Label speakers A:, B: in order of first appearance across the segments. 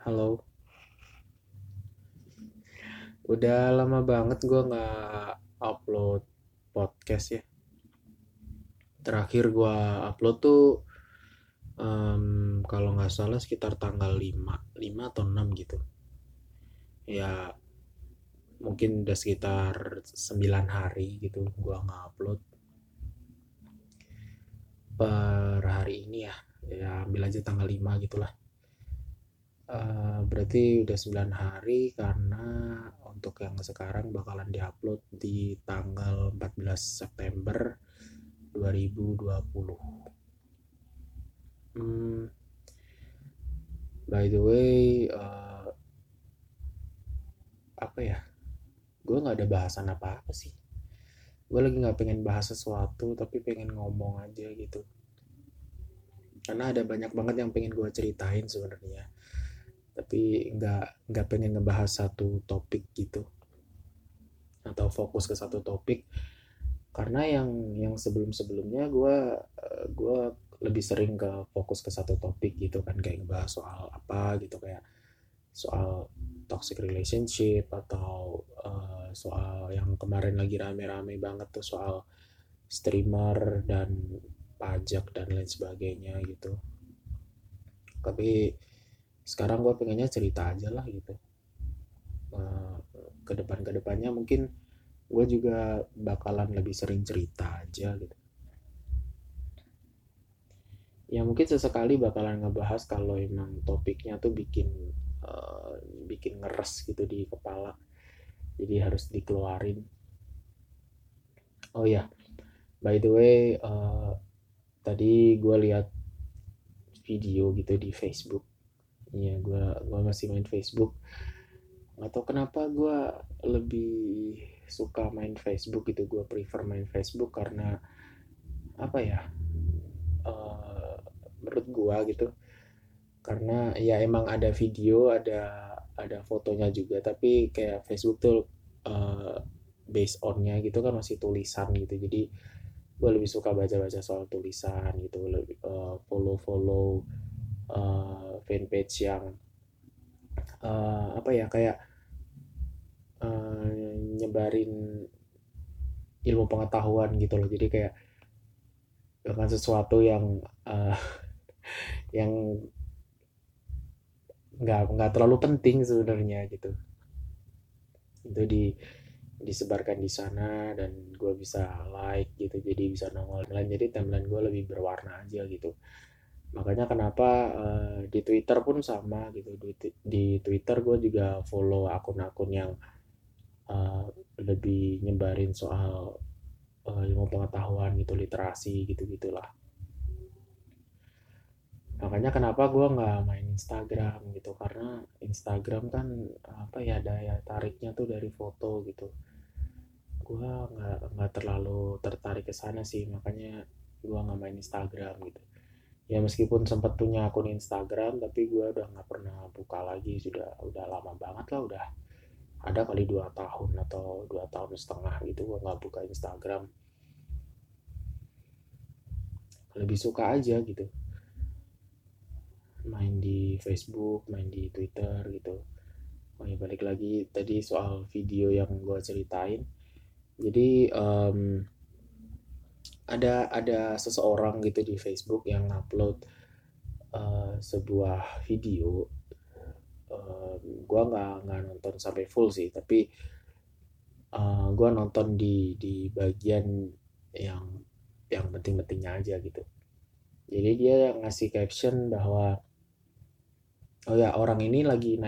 A: Halo, udah lama banget gue nggak upload podcast ya. Terakhir gue upload tuh kalau nggak salah sekitar tanggal 5 atau 6 gitu. Ya mungkin udah sekitar 9 hari gitu gue nggak upload per hari ini ya. Ya ambil aja tanggal 5 gitulah. Berarti udah 9 hari karena untuk yang sekarang bakalan diupload di tanggal 14 September 2020. Hmm, by the way, apa ya? Gue nggak ada bahasan apa-apa sih. Gue lagi nggak pengen bahas sesuatu, tapi pengen ngomong aja gitu. Karena ada banyak banget yang pengen gue ceritain sebenarnya. Tapi nggak pengen ngebahas satu topik gitu, atau fokus ke satu topik. Karena yang sebelum-sebelumnya gue lebih sering ke fokus ke satu topik gitu kan, kayak ngebahas soal apa gitu, kayak soal toxic relationship atau soal yang kemarin lagi rame-rame banget tuh, soal streamer dan pajak dan lain sebagainya gitu. Tapi sekarang gue pengennya cerita aja lah gitu. Eh, Kedepannya mungkin gue juga bakalan lebih sering cerita aja gitu. Ya mungkin sesekali bakalan ngebahas kalau emang topiknya tuh eh, bikin ngeres gitu di kepala, jadi harus dikeluarin. Oh ya, by the way, tadi gue lihat video gitu di Facebook. Iya, gue masih main Facebook. Nggak tahu kenapa gue lebih suka main Facebook gitu. Gue prefer main Facebook karena apa ya? eh, Menurut gue gitu. Karena ya emang ada video, ada fotonya juga. Tapi kayak Facebook tuh eh, based onnya gitu kan masih tulisan gitu. Jadi gue lebih suka baca-baca soal tulisan gitu, lebih follow-follow fanpage yang apa ya, kayak nyebarin ilmu pengetahuan gitu loh. Jadi kayak bukan sesuatu uh, yang nggak terlalu penting sebenarnya gitu. Itu disebarkan di sana dan gue bisa like gitu, jadi bisa nongol timeline, jadi timeline gue lebih berwarna aja gitu. Makanya kenapa di Twitter pun sama gitu. Di Twitter gue juga follow akun-akun yang uh, lebih nyebarin soal ilmu pengetahuan gitu, literasi gitu gitulah. Makanya kenapa gue nggak main Instagram gitu, karena Instagram kan apa ya, daya tariknya tuh dari foto gitu. Gue nggak terlalu tertarik ke sana sih, makanya gue nggak main Instagram gitu. Ya meskipun sempat punya akun Instagram, tapi gue udah nggak pernah buka lagi. Udah lama banget lah, udah ada kali 2 tahun atau 2 tahun setengah gitu gue nggak buka Instagram. Lebih suka aja gitu main di Facebook, main di Twitter gitu. Oh ya, balik lagi tadi soal video yang gue ceritain. Jadi ada seseorang gitu di Facebook yang upload sebuah video. Gue nggak nonton sampai full sih, tapi gue nonton di bagian yang penting-pentingnya aja gitu. Jadi dia ngasih caption bahwa, oh ya, orang ini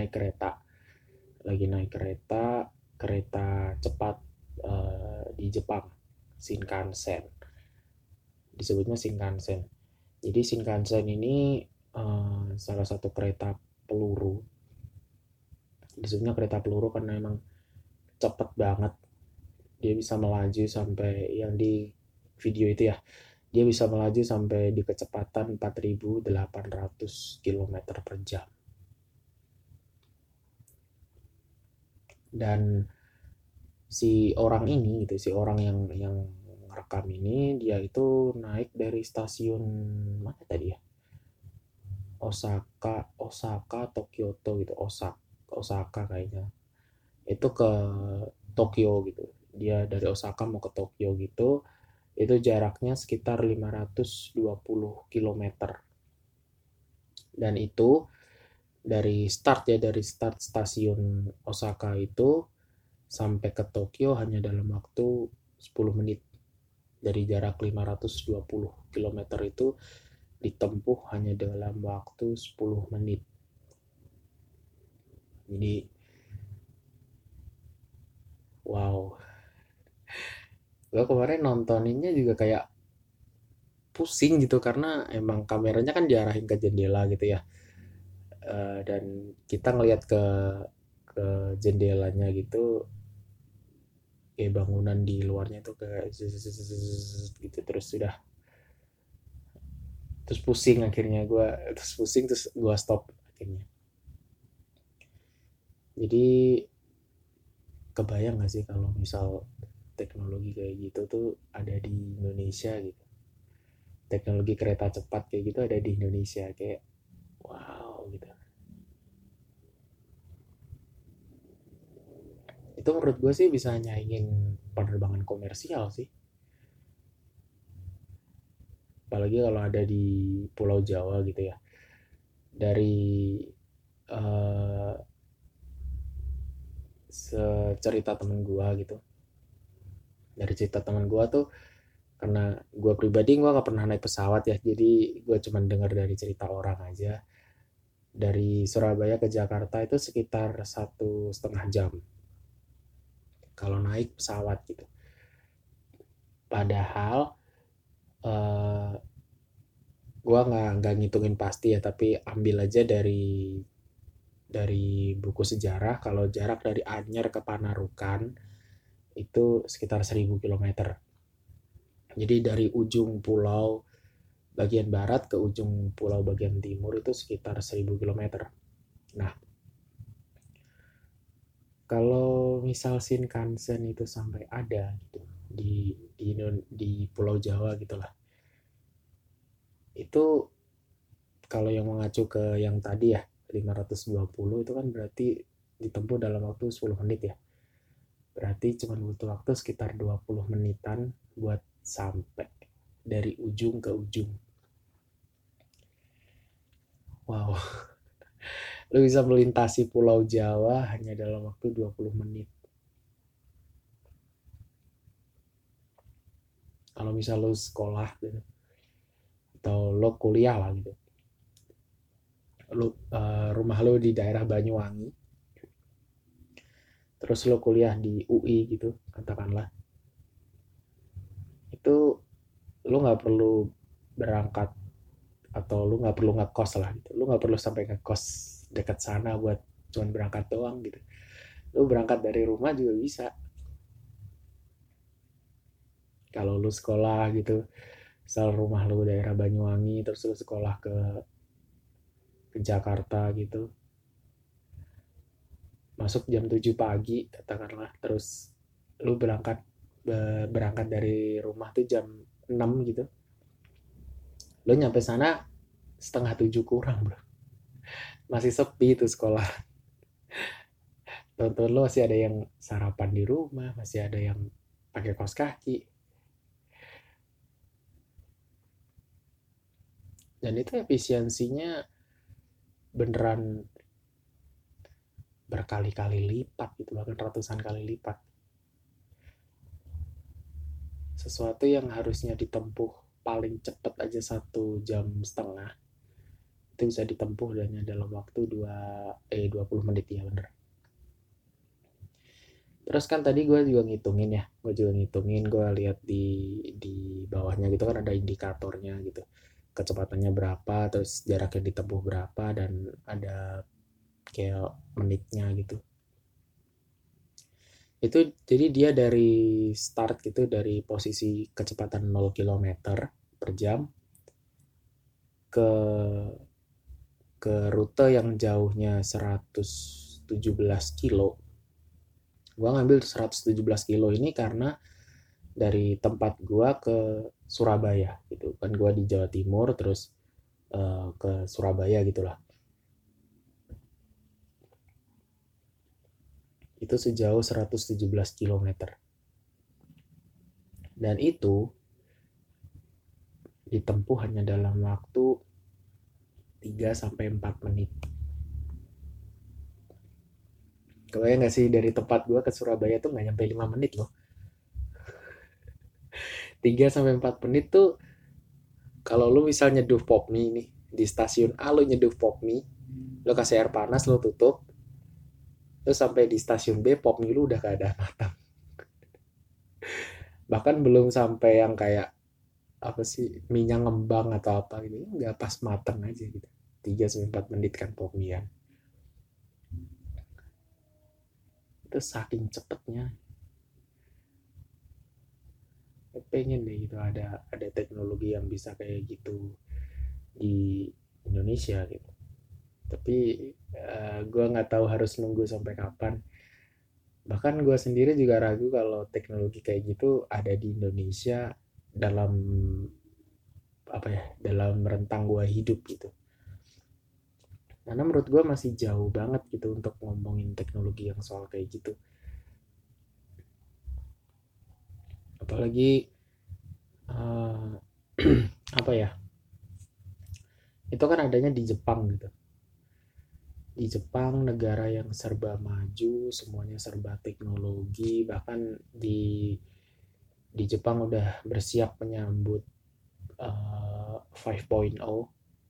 A: lagi naik kereta kereta cepat di Jepang, Shinkansen, disebutnya Shinkansen. Jadi Shinkansen ini salah satu kereta peluru. Disebutnya kereta peluru karena emang cepet banget. Dia bisa melaju sampai, yang di video itu ya, dia bisa melaju sampai di kecepatan 4.800 km per jam. Dan si orang ini gitu, si orang yang rekam ini, dia itu naik dari stasiun mana tadi ya, Osaka atau Kyoto gitu, Osaka kayaknya. Itu ke Tokyo gitu. Dia dari Osaka mau ke Tokyo gitu. Itu jaraknya sekitar 520 kilometer. Dan itu dari start stasiun Osaka itu sampai ke Tokyo hanya dalam waktu 10 menit. Dari jarak 520 kilometer itu ditempuh hanya dalam waktu 10 menit. Jadi wow, gue kemarin nontoninnya juga kayak pusing gitu karena emang kameranya kan diarahin ke jendela gitu ya. Dan kita ngelihat ke jendelanya gitu, kayak bangunan di luarnya itu kayak gitu, terus sudah, terus pusing akhirnya gue, terus pusing terus gue stop akhirnya. Jadi kebayang gak sih kalau misal teknologi kayak gitu tuh ada di Indonesia gitu, teknologi kereta cepat kayak gitu ada di Indonesia, kayak wow gitu. Itu menurut gue sih bisa nyaingin penerbangan komersial sih, apalagi kalau ada di Pulau Jawa gitu ya. Dari uh, cerita temen gue gitu, dari cerita temen gue tuh, karena gue pribadi gue gak pernah naik pesawat ya, jadi gue cuman dengar dari cerita orang aja. Dari Surabaya ke Jakarta itu sekitar 1,5 jam kalau naik pesawat gitu. Padahal uh, gue nggak ngitungin pasti ya, tapi ambil aja dari buku sejarah, kalau jarak dari Anyer ke Panarukan itu sekitar 1.000 kilometer. Jadi dari ujung pulau bagian barat ke ujung pulau bagian timur itu sekitar 1.000 kilometer. Nah, kalau misal Shinkansen itu sampai ada gitu di Pulau Jawa gitulah, itu kalau yang mengacu ke yang tadi ya 520 itu kan berarti ditempuh dalam waktu 10 menit ya. Berarti cuma butuh waktu sekitar 20 menitan buat sampai dari ujung ke ujung. Wow, lu bisa melintasi Pulau Jawa hanya dalam waktu 20 menit. Kalau misal lu sekolah gitu, atau lo kuliah lah gitu. Rumah lu di daerah Banyuwangi, terus lo kuliah di UI gitu, katakanlah. Itu lu nggak perlu berangkat, atau lu nggak perlu ngekos lah gitu, lu nggak perlu sampai ngekos dekat sana buat cuman berangkat doang gitu. Lu berangkat dari rumah juga bisa. Kalau lu sekolah gitu, misal rumah lu daerah Banyuwangi terus lu sekolah ke Jakarta gitu, masuk jam 7 pagi katakanlah, terus lu berangkat dari rumah tuh jam 6 gitu, lu nyampe sana setengah 7 kurang bro, masih sepi tuh sekolah. Tonton lo masih ada yang sarapan di rumah, masih ada yang pakai kaos kaki. Dan itu efisiensinya beneran berkali-kali lipat gitu, bahkan ratusan kali lipat. Sesuatu yang harusnya ditempuh paling cepat aja 1,5 jam itu bisa ditempuh hanya dalam waktu 20 menit ya bener. Terus kan tadi gue juga ngitungin ya, gue lihat di bawahnya gitu kan ada indikatornya gitu, kecepatannya berapa, terus jaraknya ditempuh berapa, dan ada kayak menitnya gitu. Itu jadi dia dari start gitu, dari posisi kecepatan 0 km per jam ke rute yang jauhnya 117 kilo. Gua ngambil 117 kilo ini karena dari tempat gua ke Surabaya gitu kan, gua di Jawa Timur, terus ke Surabaya gitulah. Itu sejauh 117 kilometer. Dan itu ditempuh hanya dalam waktu 3 sampai 4 menit. Kebayang gak sih dari tempat gue ke Surabaya tuh gak nyampe 5 menit loh. 3 sampai 4 menit tuh kalau lu misal nyeduh pop mie nih di stasiun A, lu nyeduh pop mie, lu kasih air panas, lu tutup, terus sampai di stasiun B pop mie lu udah keadaan matang. Bahkan belum sampai yang kayak apa sih minyak ngembang atau apa gitu, nggak pas matang aja gitu. 3 sampai 4 menit kan pop mie kan. Itu saking cepetnya. Pengen deh gitu ada teknologi yang bisa kayak gitu di Indonesia gitu. Tapi gue nggak tahu harus nunggu sampai kapan. Bahkan gue sendiri juga ragu kalau teknologi kayak gitu ada di Indonesia dalam apa ya, dalam rentang gue hidup gitu. Karena menurut gue masih jauh banget gitu untuk ngomongin teknologi yang soal kayak gitu. Apalagi uh, apa ya, itu kan adanya di Jepang gitu. Di Jepang, negara yang serba maju, semuanya serba teknologi, bahkan di Jepang udah bersiap menyambut 5.0.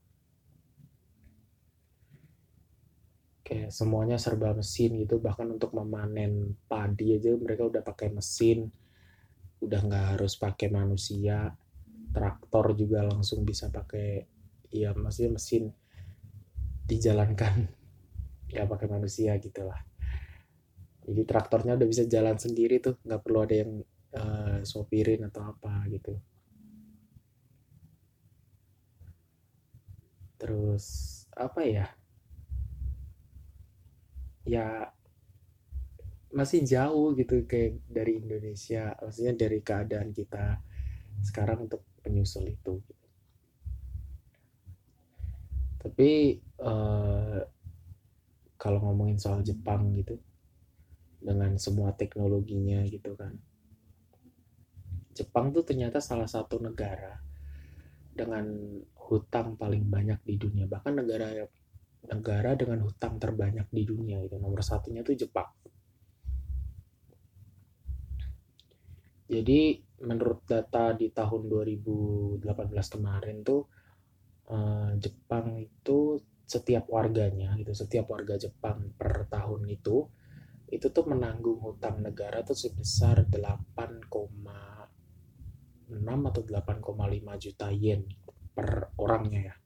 A: Kayak semuanya serba mesin gitu, bahkan untuk memanen padi aja mereka udah pakai mesin, udah nggak harus pakai manusia. Traktor juga langsung bisa pakai, ya maksudnya mesin dijalankan, nggak pakai manusia gitu lah. Jadi traktornya udah bisa jalan sendiri tuh, nggak perlu ada yang sopirin atau apa gitu. Terus apa ya, ya masih jauh gitu kayak dari Indonesia, maksudnya dari keadaan kita sekarang untuk menyusul itu. Tapi kalau ngomongin soal Jepang gitu, dengan semua teknologinya gitu kan, Jepang tuh ternyata salah satu negara dengan hutang paling banyak di dunia, bahkan negara dengan hutang terbanyak di dunia itu nomor satunya tuh Jepang. Jadi menurut data di tahun 2018 kemarin tuh Jepang itu setiap warganya gitu, setiap warga Jepang per tahun itu tuh menanggung hutang negara tuh sebesar 8,6 atau 8,5 juta yen per orangnya ya.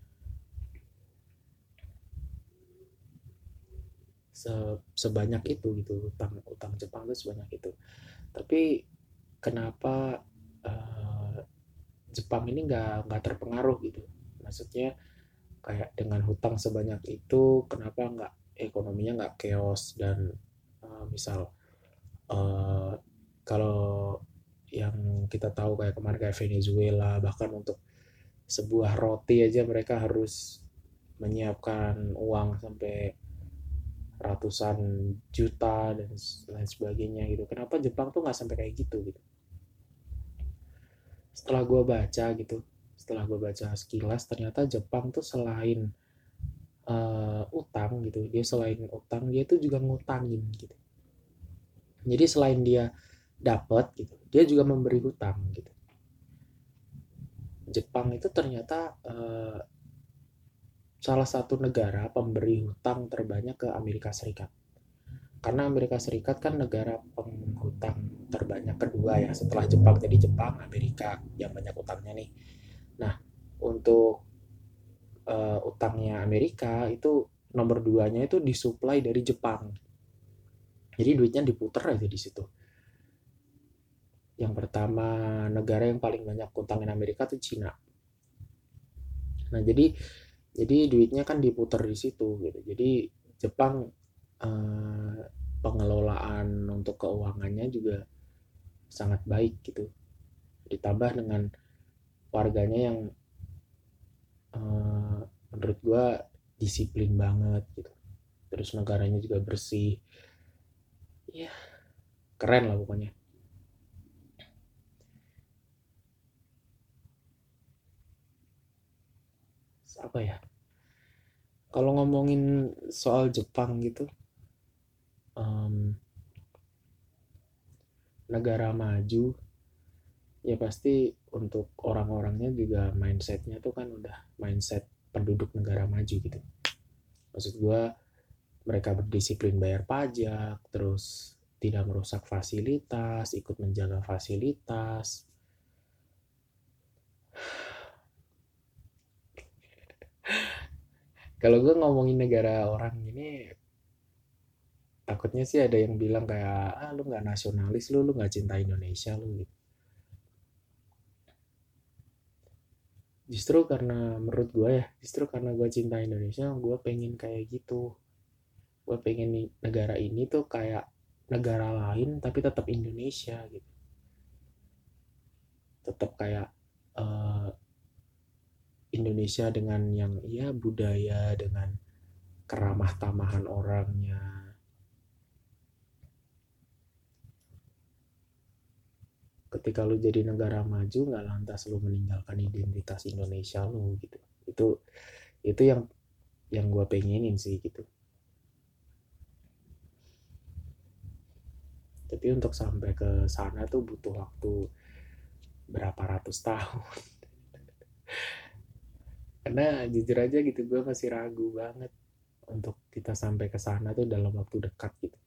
A: Sebanyak itu gitu, utang Jepang tuh sebanyak itu. Tapi kenapa Jepang ini nggak terpengaruh gitu? Maksudnya kayak dengan hutang sebanyak itu kenapa nggak ekonominya nggak chaos dan misal uh, kalau yang kita tahu kayak kemarin kayak Venezuela, bahkan untuk sebuah roti aja mereka harus menyiapkan uang sampai ratusan juta dan lain sebagainya gitu. Kenapa Jepang tuh nggak sampai kayak gitu gitu? Setelah gue baca gitu, setelah gue baca sekilas, ternyata Jepang tuh selain utang gitu, dia selain utang dia tuh juga ngutangin gitu. Jadi selain dia dapat gitu, dia juga memberi hutang gitu. Jepang itu ternyata salah satu negara pemberi hutang terbanyak ke Amerika Serikat. Karena Amerika Serikat kan negara penghutang terbanyak kedua ya setelah Jepang. Jadi Jepang, Amerika yang banyak utangnya nih. Nah, untuk utangnya Amerika itu nomor duanya itu disuplai dari Jepang. Jadi duitnya diputer aja di situ. Yang pertama negara yang paling banyak utangin Amerika itu Cina. Nah, jadi duitnya kan diputar di situ gitu. Jadi Jepang eh, pengelolaan untuk keuangannya juga sangat baik gitu. Ditambah dengan warganya yang menurut gue disiplin banget gitu, terus negaranya juga bersih, ya keren lah pokoknya. Apa ya, kalau ngomongin soal Jepang gitu, em, negara maju, ya pasti untuk orang-orangnya juga mindsetnya tuh kan udah mindset penduduk negara maju gitu. Maksud gue mereka berdisiplin bayar pajak, terus tidak merusak fasilitas, ikut menjaga fasilitas. Kalau gue ngomongin negara orang ini, takutnya sih ada yang bilang kayak, ah lu nggak nasionalis, lu nggak cinta Indonesia lu gitu. Justru karena menurut gue ya, justru karena gue cinta Indonesia, gue pengen kayak gitu. Gue pengen nih negara ini tuh kayak negara lain tapi tetap Indonesia gitu. Tetap kayak uh, Indonesia dengan yang ya budaya, dengan keramah tamahan orangnya. Ketika lu jadi negara maju, nggak lantas lu meninggalkan identitas Indonesia lu gitu. Itu yang gue pengenin sih gitu. Tapi untuk sampai ke sana tuh butuh waktu berapa ratus tahun. Karena jujur aja gitu, gue masih ragu banget untuk kita sampai ke sana tuh dalam waktu dekat gitu.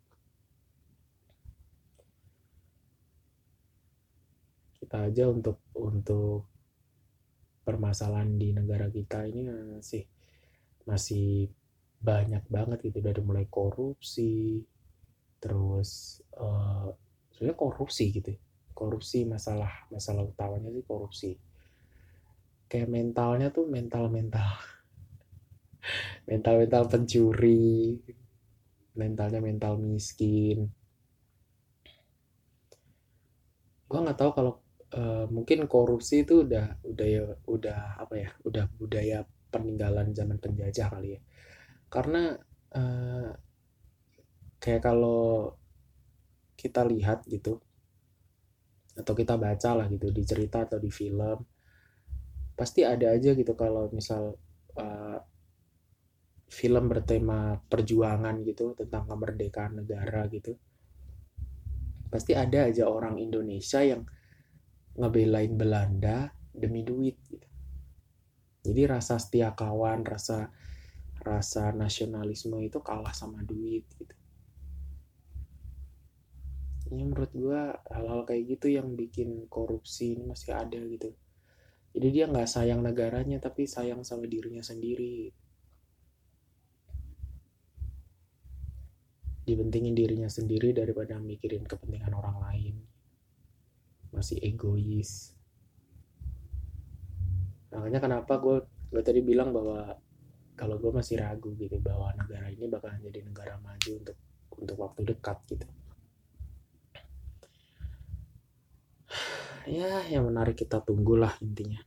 A: Kita aja untuk permasalahan di negara kita ini masih masih banyak banget gitu, dari mulai korupsi, terus sebenarnya korupsi gitu, korupsi, masalah masalah utamanya sih korupsi. Kayak mentalnya tuh mental mental mental mental pencuri, mentalnya mental miskin. Gue nggak tahu kalau mungkin korupsi itu udah apa ya, udah budaya peninggalan zaman penjajah kali ya. Karena uh, kayak kalau kita lihat gitu, atau kita baca lah gitu di cerita atau di film, pasti ada aja gitu kalau misal uh, film bertema perjuangan gitu tentang kemerdekaan negara gitu, pasti ada aja orang Indonesia yang ngebelain Belanda demi duit gitu. Jadi rasa setia kawan, rasa rasa nasionalisme itu kalah sama duit gitu. Ini menurut gue hal-hal kayak gitu yang bikin korupsi ini masih ada gitu. Jadi dia nggak sayang negaranya tapi sayang sama dirinya sendiri. Dipentingin dirinya sendiri daripada mikirin kepentingan orang lain. Masih egois. Makanya kenapa gue tadi bilang bahwa kalau gue masih ragu gitu bahwa negara ini bakalan jadi negara maju untuk waktu dekat gitu. Ya, yang menarik kita tunggulah intinya.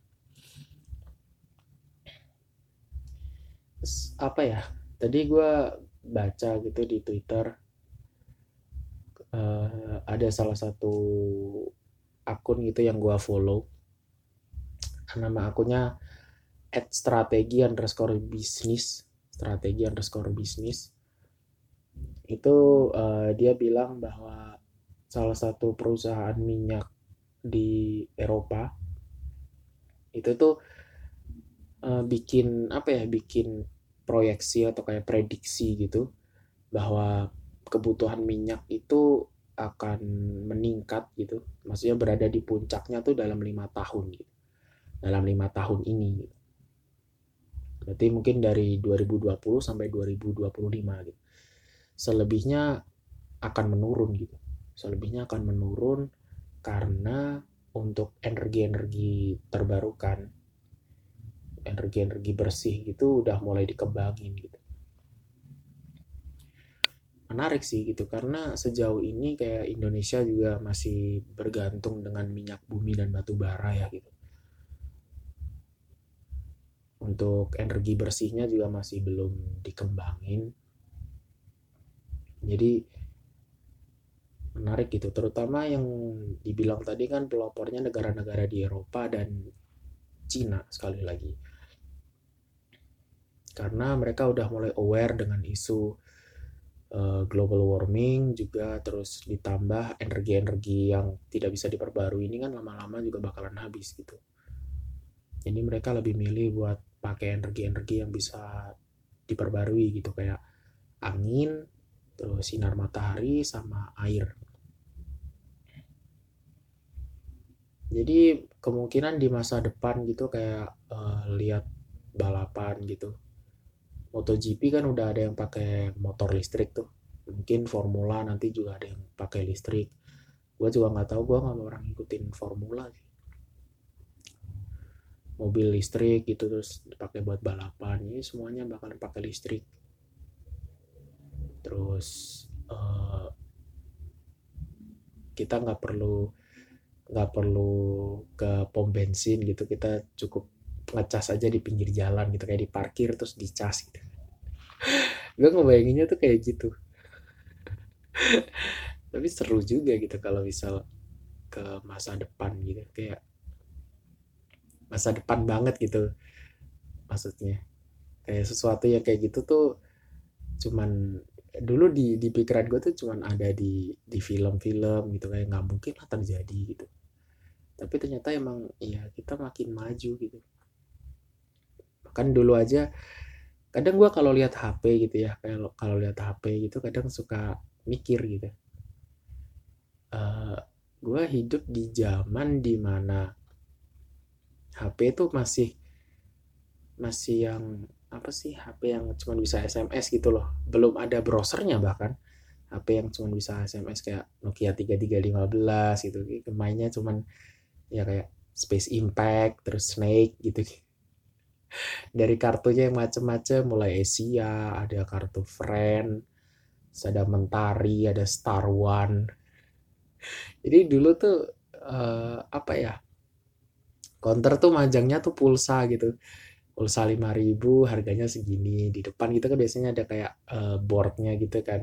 A: Terus, apa ya? Tadi gue baca gitu di Twitter, ada salah satu akun gitu yang gue follow. Nama akunnya @strategi_bisnis, strategi_bisnis. Itu dia bilang bahwa salah satu perusahaan minyak di Eropa itu tuh bikin apa ya, bikin proyeksi atau kayak prediksi gitu bahwa kebutuhan minyak itu akan meningkat gitu, maksudnya berada di puncaknya tuh dalam 5 tahun gitu, dalam 5 tahun ini gitu. Berarti mungkin dari 2020 sampai 2025 gitu. Selebihnya akan menurun gitu, selebihnya akan menurun karena untuk energi-energi terbarukan, energi-energi bersih gitu udah mulai dikembangin gitu. Menarik sih gitu karena sejauh ini kayak Indonesia juga masih bergantung dengan minyak bumi dan batu bara ya gitu. Untuk energi bersihnya juga masih belum dikembangin. Jadi menarik gitu, terutama yang dibilang tadi kan pelopornya negara-negara di Eropa dan Cina sekali lagi. Karena mereka udah mulai aware dengan isu global warming juga, terus ditambah energi-energi yang tidak bisa diperbarui ini kan lama-lama juga bakalan habis gitu. Jadi mereka lebih milih buat pakai energi-energi yang bisa diperbarui gitu, kayak angin, terus sinar matahari sama air. Jadi kemungkinan di masa depan gitu kayak lihat balapan gitu. MotoGP kan udah ada yang pakai motor listrik tuh. Mungkin Formula nanti juga ada yang pakai listrik. Gue juga nggak tahu, gue nggak mau orang ngikutin Formula sih. Mobil listrik gitu terus dipakai buat balapan. Ini semuanya bakal pakai listrik. Terus kita nggak perlu ke pom bensin gitu, kita cukup ngecas aja di pinggir jalan gitu, kayak di parkir terus dicas gitu. Gue ngebayanginnya tuh kayak gitu, tapi seru juga gitu kalau misal ke masa depan gitu, kayak masa depan banget gitu maksudnya, kayak sesuatu yang kayak gitu tuh cuman dulu di pikiran gue tuh cuman ada di film-film gitu, kayak nggak mungkin lah terjadi gitu, tapi ternyata emang ya kita makin maju gitu. Kan dulu aja kadang gue kalau lihat HP gitu ya, kayak kalau lihat HP gitu kadang suka mikir gitu, uh, gue hidup di zaman dimana HP itu masih masih yang apa sih, HP yang cuma bisa SMS gitu loh, belum ada browsernya, bahkan HP yang cuma bisa SMS kayak Nokia 3315 gitu, mainnya cuman ya kayak Space Impact terus Snake gitu. Dari kartunya yang macem-macem, mulai Asia, ada kartu Friend, ada Mentari, ada Star One. Jadi dulu tuh apa ya, counter tuh majangnya tuh pulsa gitu, pulsa 5.000 harganya segini, di depan gitu kan biasanya ada kayak boardnya gitu kan.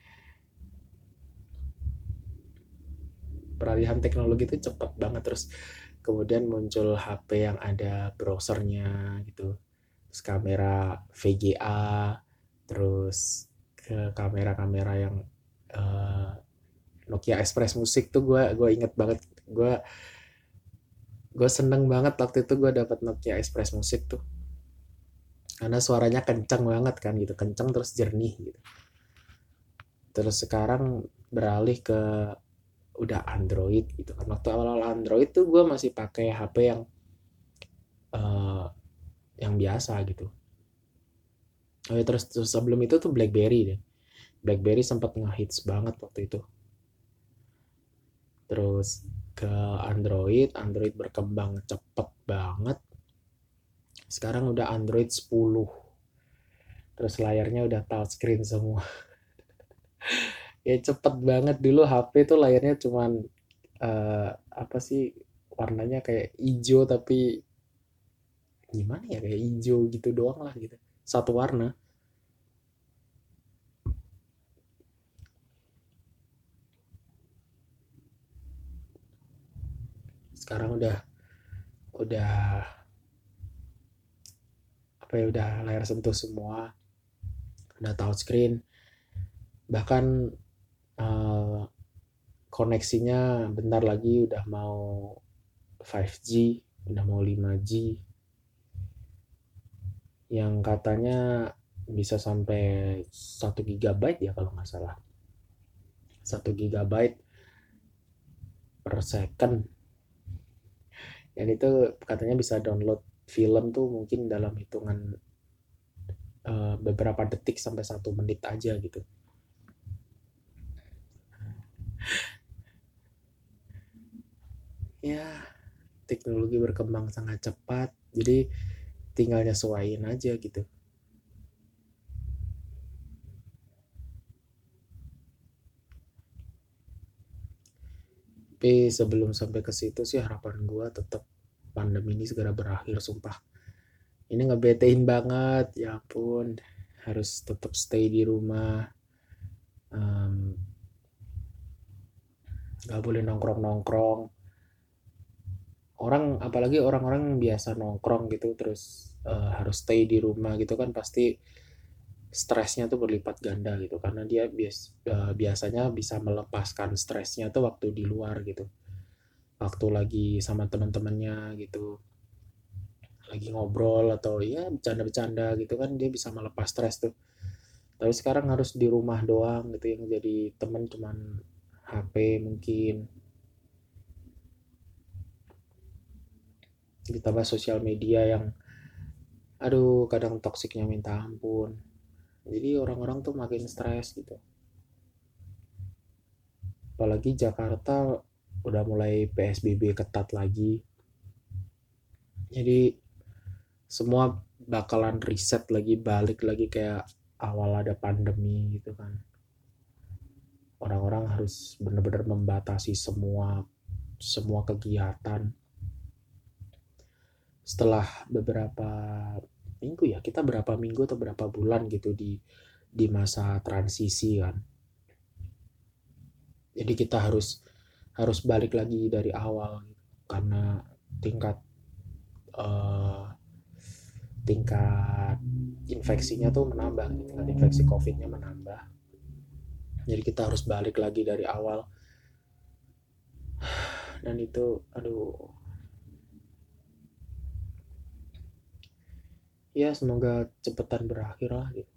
A: Peralihan teknologi itu cepet banget, terus kemudian muncul HP yang ada browsernya gitu, terus kamera VGA, terus ke kamera-kamera yang uh, Nokia Express Music tuh gue inget banget, gue gue seneng banget waktu itu gue dapat Nokia Express Music tuh, karena suaranya kencang banget kan gitu, kencang terus jernih gitu. Terus sekarang beralih ke udah Android gitu kan. Waktu awal-awal Android tuh gue masih pakai HP uh, yang biasa gitu. Oh ya, terus sebelum itu tuh BlackBerry deh. BlackBerry sempat ngehits banget waktu itu. Terus ke Android berkembang cepet banget. Sekarang udah Android 10. Terus layarnya udah touchscreen semua. Ya cepet banget, dulu HP tuh layarnya cuman apa sih, warnanya kayak hijau tapi gimana ya, kayak hijau gitu doang lah gitu, satu warna. Sekarang udah apa ya, udah layar sentuh semua, udah touchscreen, bahkan uh, koneksinya bentar lagi udah mau 5G, udah mau 5G, yang katanya bisa sampai 1 GB ya kalau nggak salah, 1 GB per second. Dan itu katanya bisa download film tuh mungkin dalam hitungan beberapa detik sampai 1 menit aja gitu. Ya, teknologi berkembang sangat cepat, jadi tinggal nyesuaiin aja gitu. Tapi sebelum sampai ke situ sih harapan gue tetap pandemi ini segera berakhir, sumpah. Ini ngebetein banget, ya ampun, harus tetap stay di rumah. Gak boleh nongkrong-nongkrong. Orang, apalagi orang-orang yang biasa nongkrong gitu, terus harus stay di rumah gitu kan, pasti stresnya tuh berlipat ganda gitu, karena dia biasanya bisa melepaskan stresnya tuh waktu di luar gitu, waktu lagi sama teman-temannya gitu, lagi ngobrol atau ya bercanda-bercanda gitu kan, dia bisa melepas stres tuh. Tapi sekarang harus di rumah doang gitu, yang jadi teman cuman HP mungkin, ditambah sosial media yang aduh kadang toksiknya minta ampun. Jadi orang-orang tuh makin stres gitu. Apalagi Jakarta udah mulai PSBB ketat lagi. Jadi semua bakalan riset lagi, balik lagi kayak awal ada pandemi gitu kan. Orang-orang harus benar-benar membatasi semua kegiatan. Setelah beberapa minggu, ya kita berapa minggu atau berapa bulan gitu di masa transisi kan. Jadi kita harus balik lagi dari awal gitu. Karena tingkat eh, tingkat infeksinya tuh menambah, tingkat infeksi COVID-nya menambah. Jadi kita harus balik lagi dari awal. Dan itu, aduh, ya semoga cepetan berakhir lah gitu.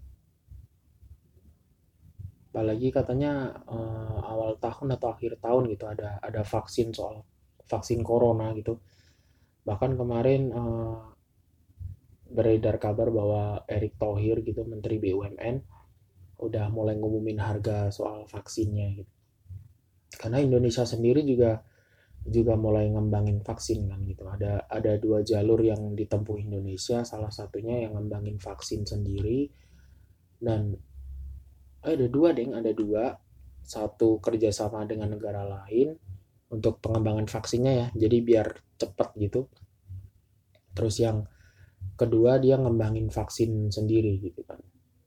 A: Apalagi katanya awal tahun atau akhir tahun gitu ada vaksin corona gitu. Bahkan kemarin beredar kabar bahwa Erick Thohir gitu, Menteri BUMN, udah mulai ngumumin harga soal vaksinnya gitu. Karena Indonesia sendiri juga juga mulai ngembangin vaksin kan gitu. Ada dua jalur yang ditempuh Indonesia, salah satunya yang ngembangin vaksin sendiri, dan ada dua, satu kerjasama dengan negara lain untuk pengembangan vaksinnya ya, jadi biar cepat gitu. Terus yang kedua dia ngembangin vaksin sendiri gitu kan.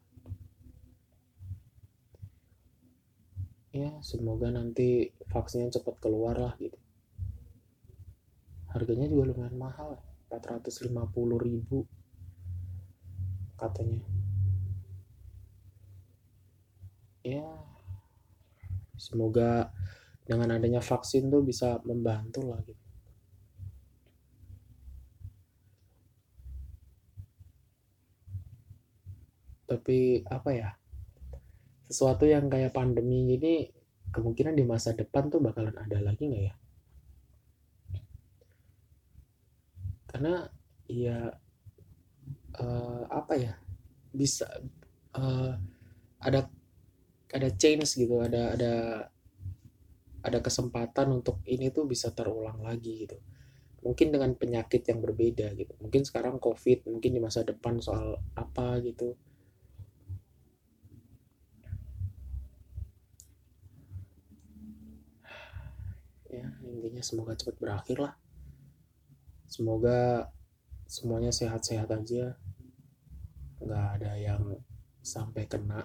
A: Ya semoga nanti vaksinnya cepat keluar lah gitu. Harganya juga lumayan mahal, 450.000 katanya. Ya semoga dengan adanya vaksin tuh bisa membantu lah gitu. Tapi apa ya, sesuatu yang kayak pandemi ini kemungkinan di masa depan tuh bakalan ada lagi nggak ya? Karena ya apa ya, bisa uh, ada ada change gitu, ada kesempatan untuk ini tuh bisa terulang lagi gitu. Mungkin dengan penyakit yang berbeda gitu. Mungkin sekarang COVID, mungkin di masa depan soal apa gitu. Ya intinya semoga cepat berakhir lah. Semoga semuanya sehat-sehat aja, nggak ada yang sampai kena.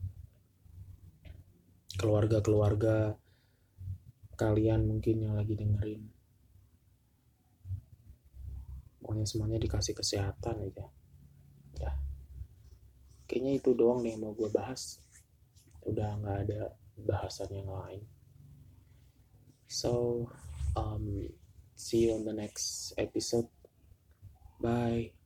A: Keluarga-keluarga kalian mungkin yang lagi dengerin, pokoknya semuanya dikasih kesehatan aja ya. Kayaknya itu doang nih yang mau gue bahas, udah nggak ada bahasan yang lain. So see you on the next episode. Bye.